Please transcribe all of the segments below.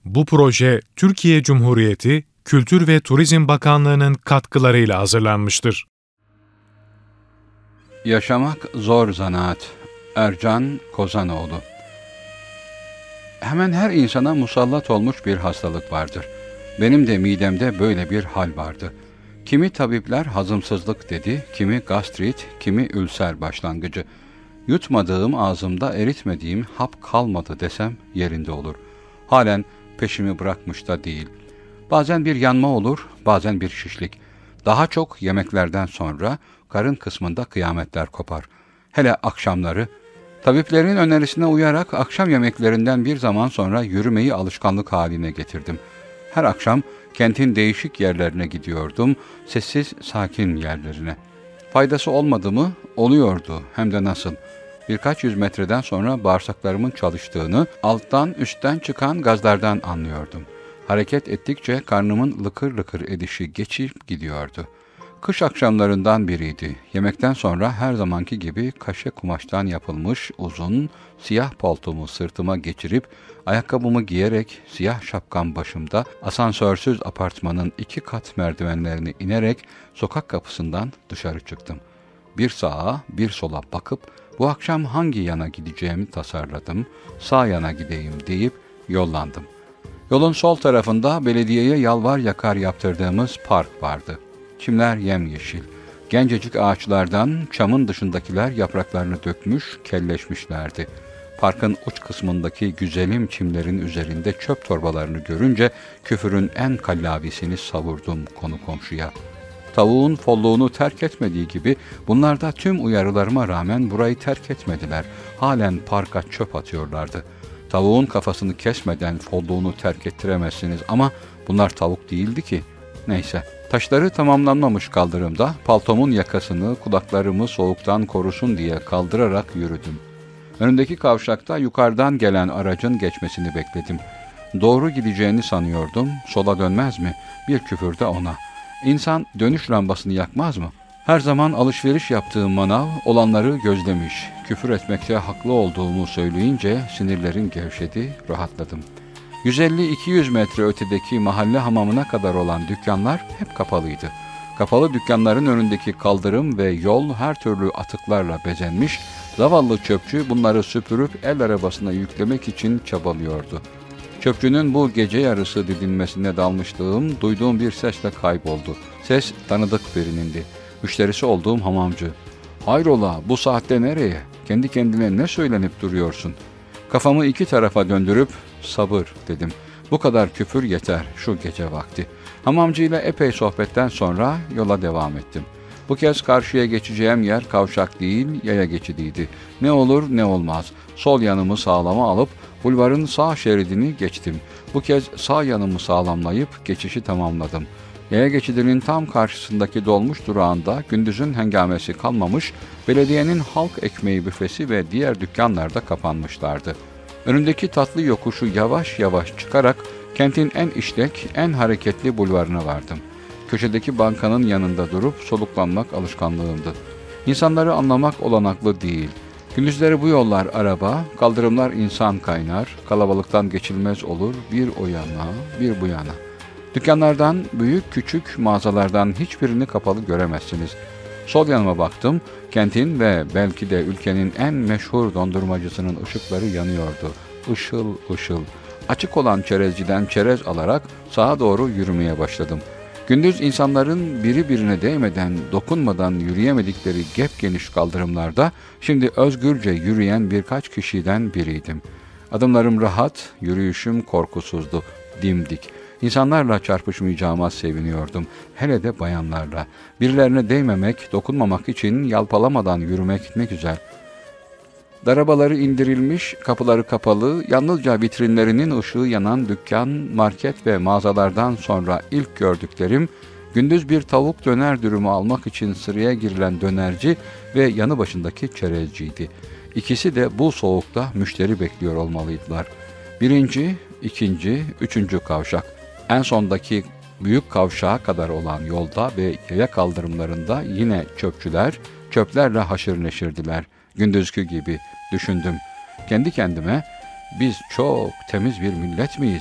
Bu proje, Türkiye Cumhuriyeti Kültür ve Turizm Bakanlığı'nın katkılarıyla hazırlanmıştır. Yaşamak zor zanaat. Ercan Kozanoğlu. Hemen her insana musallat olmuş bir hastalık vardır. Benim de midemde böyle bir hal vardı. Kimi tabipler hazımsızlık dedi, kimi gastrit, kimi ülser başlangıcı. Yutmadığım, ağzımda eritmediğim hap kalmadı desem yerinde olur. Halen peşimi bırakmış da değil. Bazen bir yanma olur, bazen bir şişlik. Daha çok yemeklerden sonra karın kısmında kıyametler kopar. Hele akşamları. Tabiplerin önerisine uyarak akşam yemeklerinden bir zaman sonra yürümeyi alışkanlık haline getirdim. Her akşam kentin değişik yerlerine gidiyordum, sessiz, sakin yerlerine. Faydası olmadı mı? Oluyordu, hem de nasıl. Birkaç yüz metreden sonra bağırsaklarımın çalıştığını, alttan üstten çıkan gazlardan anlıyordum. Hareket ettikçe karnımın lıkır lıkır edişi geçip gidiyordu. Kış akşamlarından biriydi. Yemekten sonra her zamanki gibi kaşe kumaştan yapılmış uzun, siyah paltomu sırtıma geçirip, ayakkabımı giyerek, siyah şapkam başımda, asansörsüz apartmanın 2 kat merdivenlerini inerek sokak kapısından dışarı çıktım. Bir sağa, bir sola bakıp, bu akşam hangi yana gideceğimi tasarladım, sağ yana gideyim deyip yollandım. Yolun sol tarafında belediyeye yalvar yakar yaptırdığımız park vardı. Çimler yemyeşil. Gencecik ağaçlardan çamın dışındakiler yapraklarını dökmüş, kelleşmişlerdi. Parkın uç kısmındaki güzelim çimlerin üzerinde çöp torbalarını görünce küfürün en kallavisini savurdum konu komşuya. Tavuğun folluğunu terk etmediği gibi bunlar da tüm uyarılarıma rağmen burayı terk etmediler. Halen parka çöp atıyorlardı. Tavuğun kafasını kesmeden folluğunu terk ettiremezsiniz ama bunlar tavuk değildi ki. Neyse. Taşları tamamlanmamış kaldırımda paltomun yakasını, kulaklarımı soğuktan korusun diye kaldırarak yürüdüm. Önümdeki kavşakta yukarıdan gelen aracın geçmesini bekledim. Doğru gideceğini sanıyordum, sola dönmez mi? Bir küfür de ona. İnsan dönüş lambasını yakmaz mı? Her zaman alışveriş yaptığım manav olanları gözlemiş. Küfür etmekte haklı olduğumu söyleyince sinirlerim gevşedi, rahatladım. 150-200 metre ötedeki mahalle hamamına kadar olan dükkanlar hep kapalıydı. Kapalı dükkanların önündeki kaldırım ve yol her türlü atıklarla bezenmiş, zavallı çöpçü bunları süpürüp el arabasına yüklemek için çabalıyordu. Çöpçünün bu gece yarısı didinmesine dalmışlığım duyduğum bir sesle kayboldu. Ses tanıdık birinindi. Müşterisi olduğum hamamcı. "Hayrola, bu saatte nereye? Kendi kendine ne söylenip duruyorsun?" Kafamı 2 tarafa döndürüp "Sabır" dedim. Bu kadar küfür yeter şu gece vakti. Hamamcıyla epey sohbetten sonra yola devam ettim. Bu kez karşıya geçeceğim yer kavşak değil, yaya geçidiydi. Ne olur ne olmaz. Sol yanımı sağlama alıp bulvarın sağ şeridini geçtim. Bu kez sağ yanımı sağlamlayıp geçişi tamamladım. Yaya geçidinin tam karşısındaki dolmuş durağında gündüzün hengamesi kalmamış, belediyenin halk ekmeği büfesi ve diğer dükkanlar da kapanmışlardı. Önündeki tatlı yokuşu yavaş yavaş çıkarak kentin en işlek, en hareketli bulvarına vardım. Köşedeki bankanın yanında durup soluklanmak alışkanlığımdı. İnsanları anlamak olanaklı değil. Gündüzleri bu yollar araba, kaldırımlar insan kaynar, kalabalıktan geçilmez olur bir o yana, bir bu yana. Dükkanlardan, büyük küçük mağazalardan hiçbirini kapalı göremezsiniz. Sol yanıma baktım, kentin ve belki de ülkenin en meşhur dondurmacısının ışıkları yanıyordu. Işıl ışıl. Açık olan çerezciden çerez alarak sağa doğru yürümeye başladım. Gündüz insanların biri birine değmeden, dokunmadan yürüyemedikleri geniş kaldırımlarda şimdi özgürce yürüyen birkaç kişiden biriydim. Adımlarım rahat, yürüyüşüm korkusuzdu, dimdik. İnsanlarla çarpışmayacağıma seviniyordum. Hele de bayanlarla. Birilerine değmemek, dokunmamak için yalpalamadan yürümek ne güzel. Darabaları indirilmiş, kapıları kapalı, yalnızca vitrinlerinin ışığı yanan dükkan, market ve mağazalardan sonra ilk gördüklerim, gündüz bir tavuk döner dürümü almak için sıraya girilen dönerci ve yanı başındaki çerezciydi. İkisi de bu soğukta müşteri bekliyor olmalıydılar. 1., 2., 3. kavşak. En sondaki büyük kavşağa kadar olan yolda ve yaya kaldırımlarında yine çöpçüler, çöplerle haşır neşirdiler. Gündüzkü gibi düşündüm. Kendi kendime, biz çok temiz bir millet miyiz?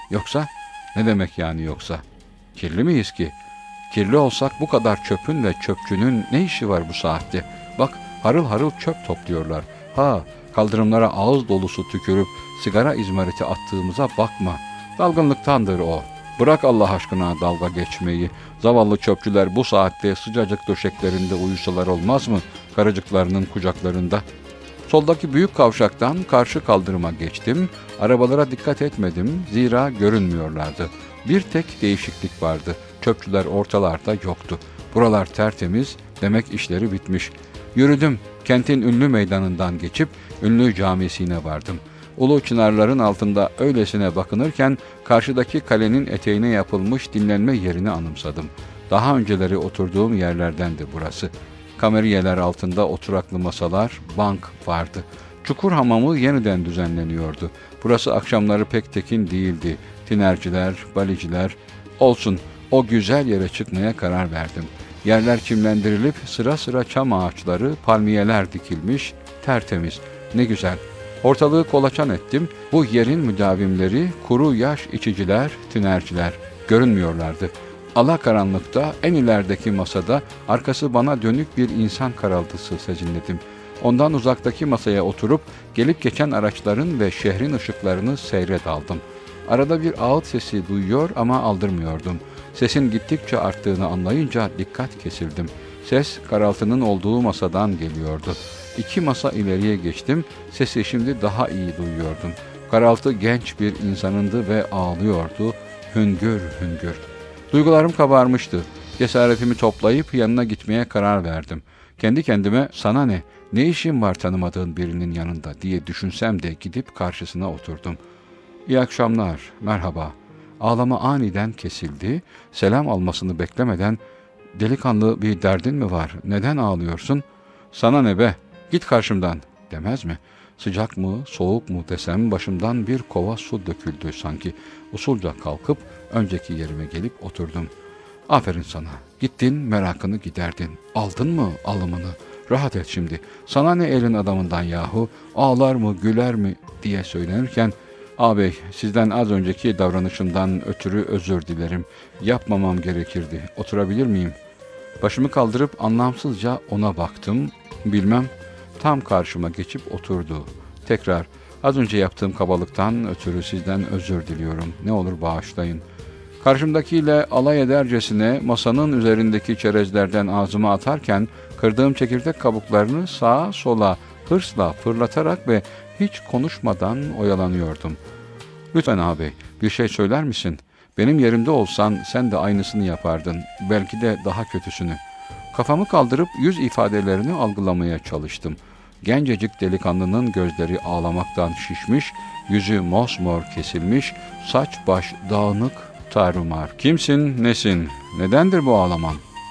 Yoksa? Ne demek yani yoksa? Kirli miyiz ki? Kirli olsak bu kadar çöpün ve çöpçünün ne işi var bu saatte? Bak, harıl harıl çöp topluyorlar. Ha, kaldırımlara ağız dolusu tükürüp sigara izmariti attığımıza bakma. Dalgınlıktandır o. Bırak Allah aşkına dalga geçmeyi. Zavallı çöpçüler bu saatte sıcacık döşeklerinde uyusalar olmaz mı? Karıcıklarının kucaklarında. Soldaki büyük kavşaktan karşı kaldırıma geçtim. Arabalara dikkat etmedim, zira görünmüyorlardı. Bir tek değişiklik vardı. Çöpçüler ortalarda yoktu. Buralar tertemiz, demek işleri bitmiş. Yürüdüm, kentin ünlü meydanından geçip ünlü camisine vardım. Ulu çınarların altında öylesine bakınırken karşıdaki kalenin eteğine yapılmış dinlenme yerini anımsadım. Daha önceleri oturduğum yerlerdendi burası. Kameriyeler altında oturaklı masalar, bank vardı. Çukur hamamı yeniden düzenleniyordu. Burası akşamları pek tekin değildi. Tinerciler, baliciler, olsun o güzel yere çıkmaya karar verdim. Yerler çimlendirilip sıra sıra çam ağaçları, palmiyeler dikilmiş, tertemiz, ne güzel. Ortalığı kolaçan ettim. Bu yerin müdavimleri, kuru yaş içiciler, tinerciler görünmüyorlardı. Alakaranlıkta en ilerideki masada arkası bana dönük bir insan karaltısı sezinledim. Ondan uzaktaki masaya oturup gelip geçen araçların ve şehrin ışıklarını seyret aldım. Arada bir ağıt sesi duyuyor ama aldırmıyordum. Sesin gittikçe arttığını anlayınca dikkat kesildim. Ses karaltının olduğu masadan geliyordu. 2 masa ileriye geçtim. Sesi şimdi daha iyi duyuyordum. Karaltı genç bir insanındı ve ağlıyordu. Hüngür hüngür. Duygularım kabarmıştı. Cesaretimi toplayıp yanına gitmeye karar verdim. Kendi kendime sana ne işin var tanımadığın birinin yanında diye düşünsem de gidip karşısına oturdum. İyi akşamlar, merhaba. Ağlama aniden kesildi. Selam almasını beklemeden delikanlı bir derdin mi var? Neden ağlıyorsun? Sana ne be? Git karşımdan demez mi? Sıcak mı, soğuk mu desem başımdan bir kova su döküldü sanki. Usulca kalkıp önceki yerime gelip oturdum. Aferin sana. Gittin, merakını giderdin. Aldın mı alımını? Rahat et şimdi. Sana ne elin adamından yahu? Ağlar mı, güler mi diye söylenirken, ağabey sizden az önceki davranışımdan ötürü özür dilerim. Yapmamam gerekirdi. Oturabilir miyim? Başımı kaldırıp anlamsızca ona baktım. Bilmem. Tam karşıma geçip oturdu. Tekrar, az önce yaptığım kabalıktan ötürü sizden özür diliyorum. Ne olur bağışlayın. Karşımdakiyle alay edercesine masanın üzerindeki çerezlerden ağzıma atarken kırdığım çekirdek kabuklarını sağa sola hırsla fırlatarak ve hiç konuşmadan oyalanıyordum. Lütfen ağabey, bir şey söyler misin? Benim yerimde olsan sen de aynısını yapardın. Belki de daha kötüsünü. Kafamı kaldırıp yüz ifadelerini algılamaya çalıştım. Gencecik delikanlının gözleri ağlamaktan şişmiş, yüzü mosmor kesilmiş, saç baş dağınık, tarumar. Kimsin, nesin, nedendir bu ağlaman?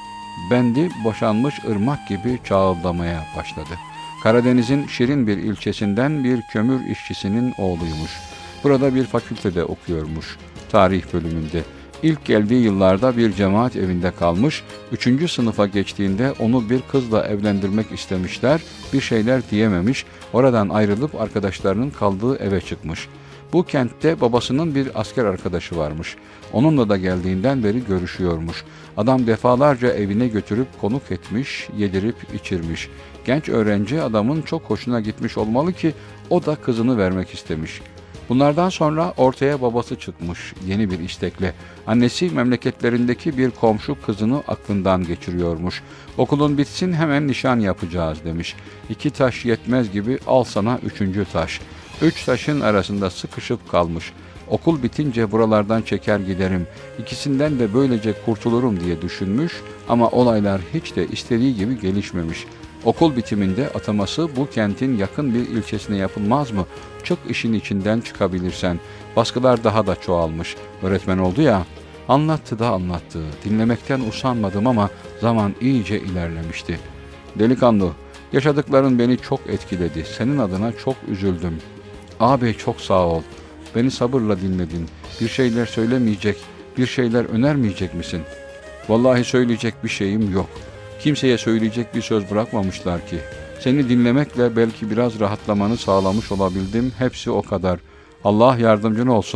Bendi boşanmış ırmak gibi çağıldamaya başladı. Karadeniz'in şirin bir ilçesinden bir kömür işçisinin oğluymuş. Burada bir fakültede okuyormuş, tarih bölümünde. İlk geldiği yıllarda bir cemaat evinde kalmış, 3. sınıfa geçtiğinde onu bir kızla evlendirmek istemişler, bir şeyler diyememiş, oradan ayrılıp arkadaşlarının kaldığı eve çıkmış. Bu kentte babasının bir asker arkadaşı varmış. Onunla da geldiğinden beri görüşüyormuş. Adam defalarca evine götürüp konuk etmiş, yedirip içirmiş. Genç öğrenci adamın çok hoşuna gitmiş olmalı ki o da kızını vermek istemiş. Bunlardan sonra ortaya babası çıkmış yeni bir istekle. Annesi memleketlerindeki bir komşu kızını aklından geçiriyormuş. Okulun bitsin hemen nişan yapacağız demiş. 2 taş yetmez gibi al sana 3. taş. 3 taşın arasında sıkışıp kalmış. Okul bitince buralardan çeker giderim. İkisinden de böylece kurtulurum diye düşünmüş ama olaylar hiç de istediği gibi gelişmemiş. Okul bitiminde ataması bu kentin yakın bir ilçesine yapılmaz mı? Çık işin içinden çıkabilirsen. Baskılar daha da çoğalmış. Öğretmen oldu ya. Anlattı da anlattı. Dinlemekten usanmadım ama zaman iyice ilerlemişti. Delikanlı, yaşadıkların beni çok etkiledi. Senin adına çok üzüldüm. Ağabey çok sağ ol. Beni sabırla dinledin. Bir şeyler söylemeyecek, bir şeyler önermeyecek misin? Vallahi söyleyecek bir şeyim yok. Kimseye söyleyecek bir söz bırakmamışlar ki. Seni dinlemekle belki biraz rahatlamanı sağlamış olabildim. Hepsi o kadar. Allah yardımcın olsun.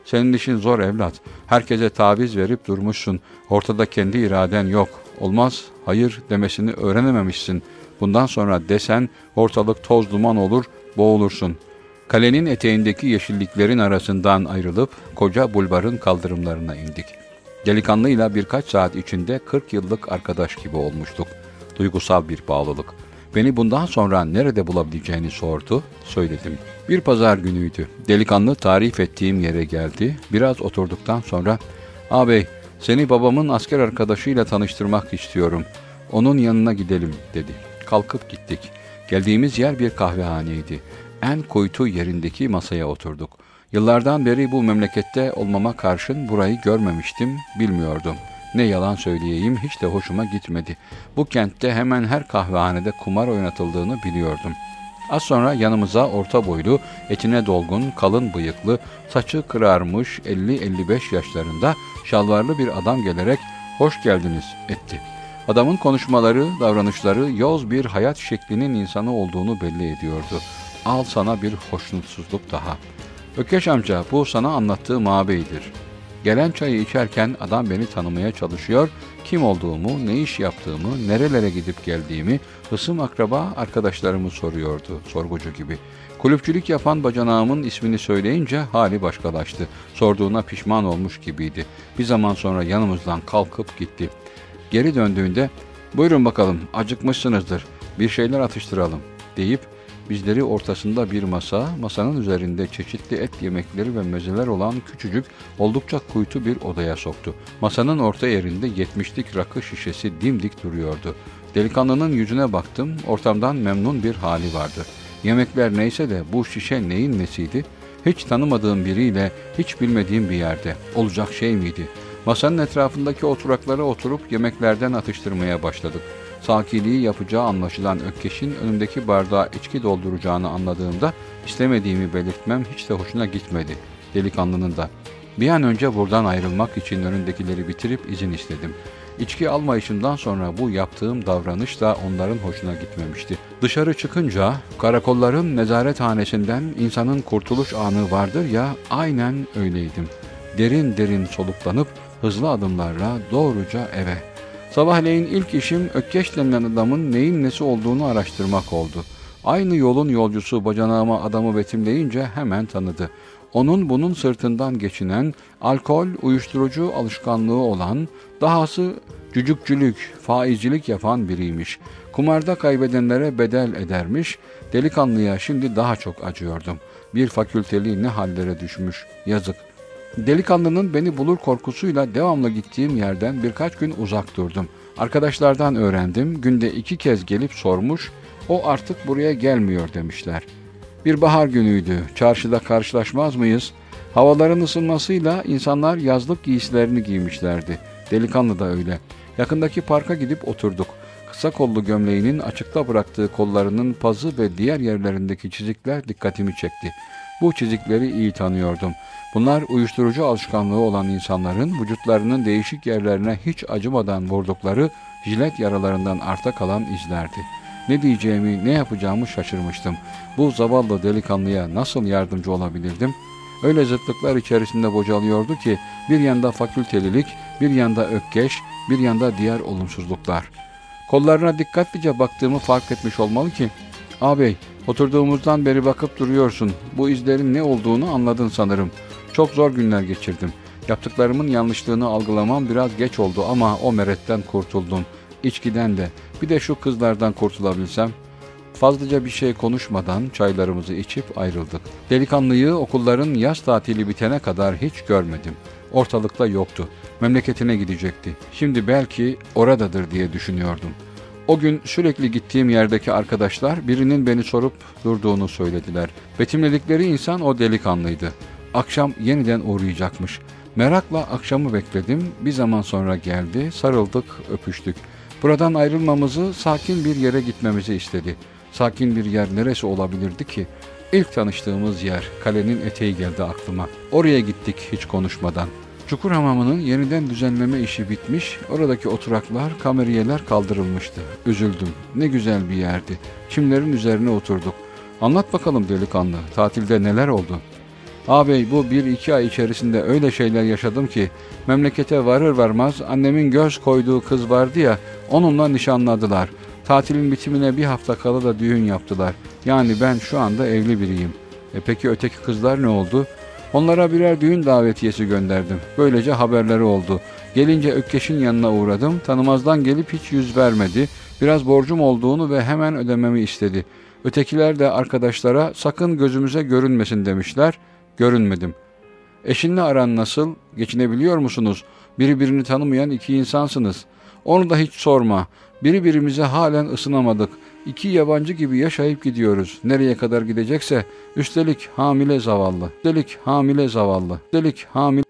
Senin işin zor evlat. Herkese taviz verip durmuşsun. Ortada kendi iraden yok. Olmaz, hayır demesini öğrenememişsin. Bundan sonra desen ortalık toz duman olur, boğulursun. Kalenin eteğindeki yeşilliklerin arasından ayrılıp koca bulvarın kaldırımlarına indik. Delikanlıyla birkaç saat içinde 40 yıllık arkadaş gibi olmuştuk. Duygusal bir bağlılık. Beni bundan sonra nerede bulabileceğini sordu, söyledim. Bir pazar günüydü. Delikanlı tarif ettiğim yere geldi. Biraz oturduktan sonra, "Ağabey, seni babamın asker arkadaşıyla tanıştırmak istiyorum. Onun yanına gidelim," dedi. Kalkıp gittik. Geldiğimiz yer bir kahvehaneydi. En kuytu yerindeki masaya oturduk. Yıllardan beri bu memlekette olmama karşın burayı görmemiştim, bilmiyordum. Ne yalan söyleyeyim, hiç de hoşuma gitmedi. Bu kentte hemen her kahvehanede kumar oynatıldığını biliyordum. Az sonra yanımıza orta boylu, etine dolgun, kalın bıyıklı, saçı kırarmış 50-55 yaşlarında şalvarlı bir adam gelerek "Hoş geldiniz," etti. Adamın konuşmaları, davranışları yoz bir hayat şeklinin insanı olduğunu belli ediyordu. Al sana bir hoşnutsuzluk daha. "Ökeş amca, bu sana anlattığım ağabeydir." Gelen çayı içerken adam beni tanımaya çalışıyor, kim olduğumu, ne iş yaptığımı, nerelere gidip geldiğimi, hısım akraba arkadaşlarımı soruyordu, sorgucu gibi. Kulüpçülük yapan bacanağımın ismini söyleyince hali başkalaştı. Sorduğuna pişman olmuş gibiydi. Bir zaman sonra yanımızdan kalkıp gitti. Geri döndüğünde, "Buyurun bakalım, acıkmışsınızdır, bir şeyler atıştıralım," deyip bizleri ortasında bir masa, masanın üzerinde çeşitli et yemekleri ve mezeler olan küçücük, oldukça kuytu bir odaya soktu. Masanın orta yerinde 70'lik rakı şişesi dimdik duruyordu. Delikanlının yüzüne baktım, ortamdan memnun bir hali vardı. Yemekler neyse de bu şişe neyin nesiydi? Hiç tanımadığım biriyle, hiç bilmediğim bir yerde. Olacak şey miydi? Masanın etrafındaki oturaklara oturup yemeklerden atıştırmaya başladık. Sakiliği yapacağı anlaşılan Ökkeş'in önümdeki bardağa içki dolduracağını anladığımda istemediğimi belirtmem hiç de hoşuna gitmedi. Delikanlının da. Bir an önce buradan ayrılmak için önündekileri bitirip izin istedim. İçki almayışımdan sonra bu yaptığım davranış da onların hoşuna gitmemişti. Dışarı çıkınca karakolların nezarethanesinden insanın kurtuluş anı vardır ya, aynen öyleydim. Derin derin soluklanıp hızlı adımlarla doğruca eve. Sabahleyin ilk işim Ökkeş denilen adamın neyin nesi olduğunu araştırmak oldu. Aynı yolun yolcusu bacanağıma adamı betimleyince hemen tanıdı. Onun bunun sırtından geçinen, alkol, uyuşturucu alışkanlığı olan, dahası cücükçülük, faizcilik yapan biriymiş. Kumarda kaybedenlere bedel edermiş, delikanlıya şimdi daha çok acıyordum. Bir fakülteli ne hallere düşmüş, yazık. Delikanlının beni bulur korkusuyla devamlı gittiğim yerden birkaç gün uzak durdum. Arkadaşlardan öğrendim, günde 2 kez gelip sormuş, o artık buraya gelmiyor demişler. Bir bahar günüydü, çarşıda karşılaşmaz mıyız? Havaların ısınmasıyla insanlar yazlık giysilerini giymişlerdi. Delikanlı da öyle. Yakındaki parka gidip oturduk. Kısa kollu gömleğinin açıkta bıraktığı kollarının pazı ve diğer yerlerindeki çizikler dikkatimi çekti. Bu çizikleri iyi tanıyordum. Bunlar uyuşturucu alışkanlığı olan insanların vücutlarının değişik yerlerine hiç acımadan vurdukları jilet yaralarından arta kalan izlerdi. Ne diyeceğimi, ne yapacağımı şaşırmıştım. Bu zavallı delikanlıya nasıl yardımcı olabilirdim? Öyle zıtlıklar içerisinde bocalıyordu ki bir yanda fakültelilik, bir yanda Ökkeş, bir yanda diğer olumsuzluklar. Kollarına dikkatlice baktığımı fark etmiş olmalı ki, "Ağabey, oturduğumuzdan beri bakıp duruyorsun. Bu izlerin ne olduğunu anladın sanırım. Çok zor günler geçirdim. Yaptıklarımın yanlışlığını algılamam biraz geç oldu ama o meretten kurtuldum. İçkiden de, bir de şu kızlardan kurtulabilsem." Fazlaca bir şey konuşmadan çaylarımızı içip ayrıldık. Delikanlıyı okulların yaz tatili bitene kadar hiç görmedim. Ortalıkta yoktu. Memleketine gidecekti. Şimdi belki oradadır diye düşünüyordum. O gün sürekli gittiğim yerdeki arkadaşlar birinin beni sorup durduğunu söylediler. Betimledikleri insan o delikanlıydı. Akşam yeniden uğrayacakmış. Merakla akşamı bekledim. Bir zaman sonra geldi, sarıldık, öpüştük. Buradan ayrılmamızı, sakin bir yere gitmemizi istedi. Sakin bir yer neresi olabilirdi ki? İlk tanıştığımız yer, kalenin eteği geldi aklıma. Oraya gittik hiç konuşmadan. Çukur hamamının yeniden düzenleme işi bitmiş, oradaki oturaklar, kameriyeler kaldırılmıştı. Üzüldüm. Ne güzel bir yerdi. Çimlerin üzerine oturduk. "Anlat bakalım delikanlı, tatilde neler oldu?" Ağabey, bu 1-2 ay içerisinde öyle şeyler yaşadım ki memlekete varır varmaz annemin göz koyduğu kız vardı ya, onunla nişanladılar. Tatilin bitimine bir hafta kala da düğün yaptılar. Yani ben şu anda evli biriyim. Peki öteki kızlar ne oldu? Onlara birer düğün davetiyesi gönderdim. Böylece haberleri oldu. Gelince Ökkeş'in yanına uğradım. Tanımazdan gelip hiç yüz vermedi. Biraz borcum olduğunu ve hemen ödememi istedi. Ötekiler de arkadaşlara sakın gözümüze görünmesin demişler. Görünmedim. Eşinle aran nasıl? Geçinebiliyor musunuz? Birini tanımayan iki insansınız. Onu da hiç sorma. Birbirimize halen ısınamadık. İki yabancı gibi yaşayıp gidiyoruz. Nereye kadar gidecekse. Üstelik hamile zavallı. Üstelik hamile zavallı. Üstelik hamile